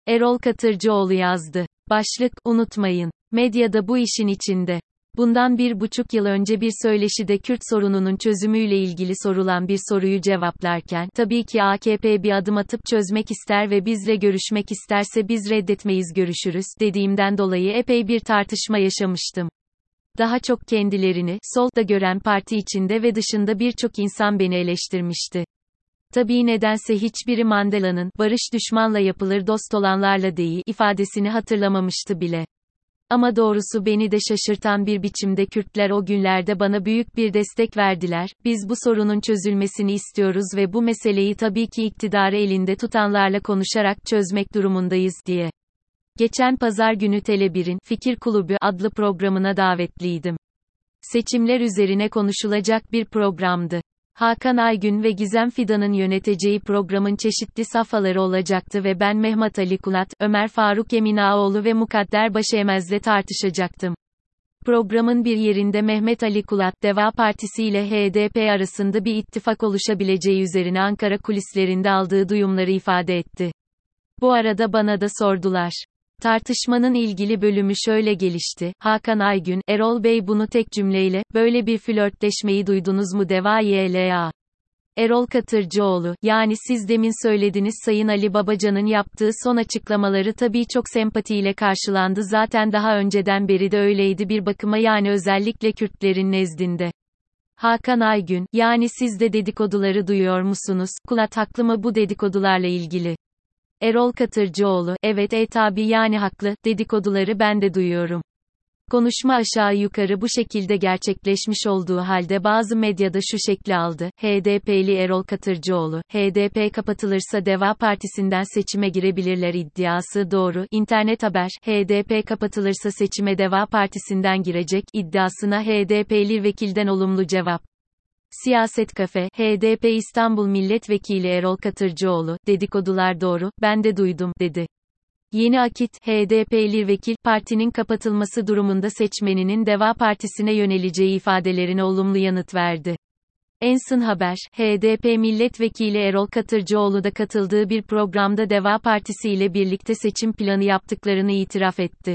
Erol Katırcıoğlu yazdı. Başlık, unutmayın. Medyada bu işin içinde. Bundan 1,5 yıl önce bir söyleşide Kürt sorununun çözümüyle ilgili sorulan bir soruyu cevaplarken, tabii ki AKP bir adım atıp çözmek ister ve bizle görüşmek isterse biz reddetmeyiz görüşürüz, dediğimden dolayı epey bir tartışma yaşamıştım. Daha çok kendilerini, solda gören parti içinde ve dışında birçok insan beni eleştirmişti. Tabii nedense hiçbiri Mandela'nın, barış düşmanla yapılır dost olanlarla değil, ifadesini hatırlamamıştı bile. Ama doğrusu beni de şaşırtan bir biçimde Kürtler o günlerde bana büyük bir destek verdiler, biz bu sorunun çözülmesini istiyoruz ve bu meseleyi tabii ki iktidarı elinde tutanlarla konuşarak çözmek durumundayız diye. Geçen pazar günü Tele1'in Fikir Kulübü adlı programına davetliydim. Seçimler üzerine konuşulacak bir programdı. Hakan Aygün ve Gizem Fidan'ın yöneteceği programın çeşitli safhaları olacaktı ve ben Mehmet Ali Kulat, Ömer Faruk Eminaoğlu ve Mukadder Başemez'le tartışacaktım. Programın bir yerinde Mehmet Ali Kulat, Deva Partisi ile HDP arasında bir ittifak oluşabileceği üzerine Ankara kulislerinde aldığı duyumları ifade etti. Bu arada bana da sordular. Tartışmanın ilgili bölümü şöyle gelişti. Hakan Aygün, Erol Bey bunu tek cümleyle, böyle bir flörtleşmeyi duydunuz mu Deva YLA. Erol Katırcıoğlu, yani siz demin söylediniz Sayın Ali Babacan'ın yaptığı son açıklamaları tabii çok sempatiyle karşılandı zaten daha önceden beri de öyleydi bir bakıma yani özellikle Kürtlerin nezdinde. Hakan Aygün, yani siz de dedikoduları duyuyor musunuz? Kulat haklı mı bu dedikodularla ilgili? Erol Katırcıoğlu, evet tabii yani haklı, dedikoduları ben de duyuyorum. Konuşma aşağı yukarı bu şekilde gerçekleşmiş olduğu halde bazı medyada şu şekli aldı, HDP'li Erol Katırcıoğlu, HDP kapatılırsa Deva Partisi'nden seçime girebilirler iddiası doğru, İnternet haber, HDP kapatılırsa seçime Deva Partisi'nden girecek, iddiasına HDP'li vekilden olumlu cevap. Siyaset Kafe, HDP İstanbul Milletvekili Erol Katırcıoğlu, dedikodular doğru, ben de duydum, dedi. Yeni Akit, HDP'li vekil, partinin kapatılması durumunda seçmeninin Deva Partisi'ne yöneleceği ifadelerine olumlu yanıt verdi. Ensın Haber, HDP Milletvekili Erol Katırcıoğlu da katıldığı bir programda Deva Partisi ile birlikte seçim planı yaptıklarını itiraf etti.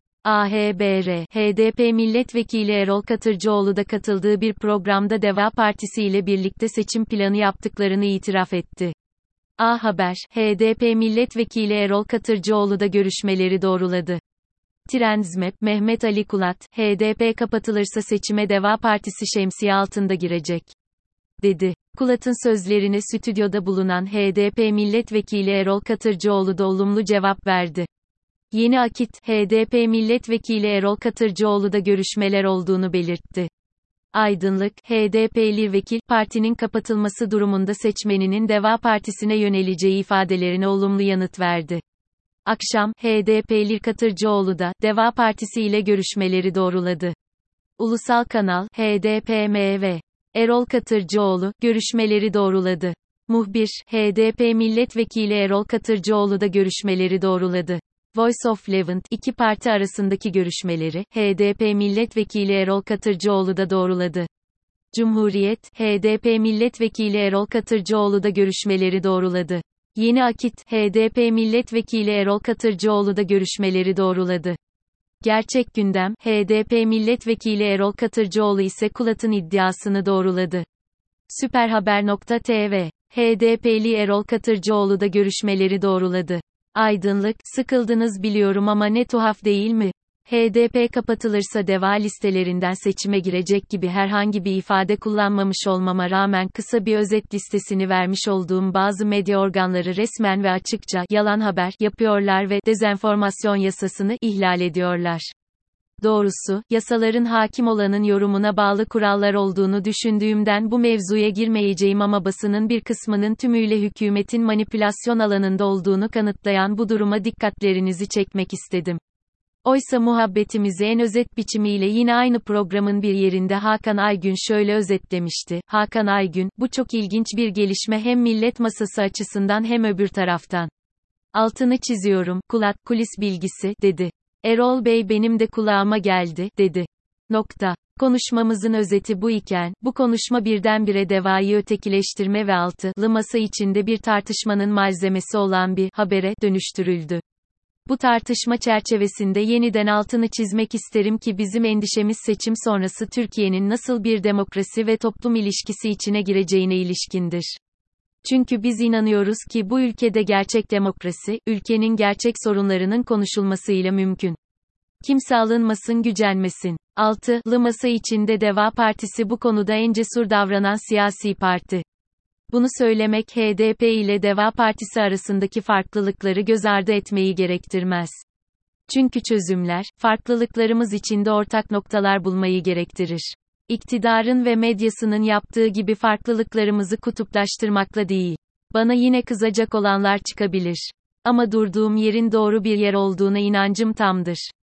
AHBR, HDP Milletvekili Erol Katırcıoğlu da katıldığı bir programda Deva Partisi ile birlikte seçim planı yaptıklarını itiraf etti. A Haber, HDP Milletvekili Erol Katırcıoğlu da görüşmeleri doğruladı. Trendsmap, Mehmet Ali Kulat, HDP kapatılırsa seçime Deva Partisi şemsiye altında girecek, dedi. Kulat'ın sözlerine stüdyoda bulunan HDP Milletvekili Erol Katırcıoğlu da olumlu cevap verdi. Yeni Akit, HDP Milletvekili Erol Katırcıoğlu da görüşmeler olduğunu belirtti. Aydınlık, HDP'li vekil, partinin kapatılması durumunda seçmeninin Deva Partisi'ne yöneleceği ifadelerine olumlu yanıt verdi. Akşam, HDP'li Katırcıoğlu da, Deva Partisi ile görüşmeleri doğruladı. Ulusal Kanal, HDP-MV. Erol Katırcıoğlu, görüşmeleri doğruladı. Muhbir, HDP Milletvekili Erol Katırcıoğlu da görüşmeleri doğruladı. Voice of Levant, iki parti arasındaki görüşmeleri, HDP Milletvekili Erol Katırcıoğlu da doğruladı. Cumhuriyet, HDP Milletvekili Erol Katırcıoğlu da görüşmeleri doğruladı. Yeni Akit, HDP Milletvekili Erol Katırcıoğlu da görüşmeleri doğruladı. Gerçek Gündem, HDP Milletvekili Erol Katırcıoğlu ise Kulat'ın iddiasını doğruladı. Süperhaber.tv, HDP'li Erol Katırcıoğlu da görüşmeleri doğruladı. Aydınlık, sıkıldınız biliyorum ama ne tuhaf değil mi? HDP kapatılırsa Deva listelerinden seçime girecek gibi herhangi bir ifade kullanmamış olmama rağmen kısa bir özet listesini vermiş olduğum bazı medya organları resmen ve açıkça yalan haber yapıyorlar ve dezenformasyon yasasını ihlal ediyorlar. Doğrusu, yasaların hakim olanın yorumuna bağlı kurallar olduğunu düşündüğümden bu mevzuya girmeyeceğim ama basının bir kısmının tümüyle hükümetin manipülasyon alanında olduğunu kanıtlayan bu duruma dikkatlerinizi çekmek istedim. Oysa muhabbetimizi en özet biçimiyle yine aynı programın bir yerinde Hakan Aygün şöyle özetlemişti. Hakan Aygün, bu çok ilginç bir gelişme hem millet masası açısından hem öbür taraftan. Altını çiziyorum, Kulat, kulis bilgisi, dedi. Erol Bey benim de kulağıma geldi, dedi. Konuşmamızın özeti bu iken, bu konuşma birdenbire Deva'yı ötekileştirme ve altılı masa içinde bir tartışmanın malzemesi olan bir habere dönüştürüldü. Bu tartışma çerçevesinde yeniden altını çizmek isterim ki bizim endişemiz seçim sonrası Türkiye'nin nasıl bir demokrasi ve toplum ilişkisi içine gireceğine ilişkindir. Çünkü biz inanıyoruz ki bu ülkede gerçek demokrasi, ülkenin gerçek sorunlarının konuşulmasıyla mümkün. Kimse alınmasın, gücenmesin. 6. Masa içinde Deva Partisi bu konuda en cesur davranan siyasi parti. Bunu söylemek HDP ile Deva Partisi arasındaki farklılıkları göz ardı etmeyi gerektirmez. Çünkü çözümler, farklılıklarımız içinde ortak noktalar bulmayı gerektirir. İktidarın ve medyasının yaptığı gibi farklılıklarımızı kutuplaştırmakla değil. Bana yine kızacak olanlar çıkabilir. Ama durduğum yerin doğru bir yer olduğuna inancım tamdır.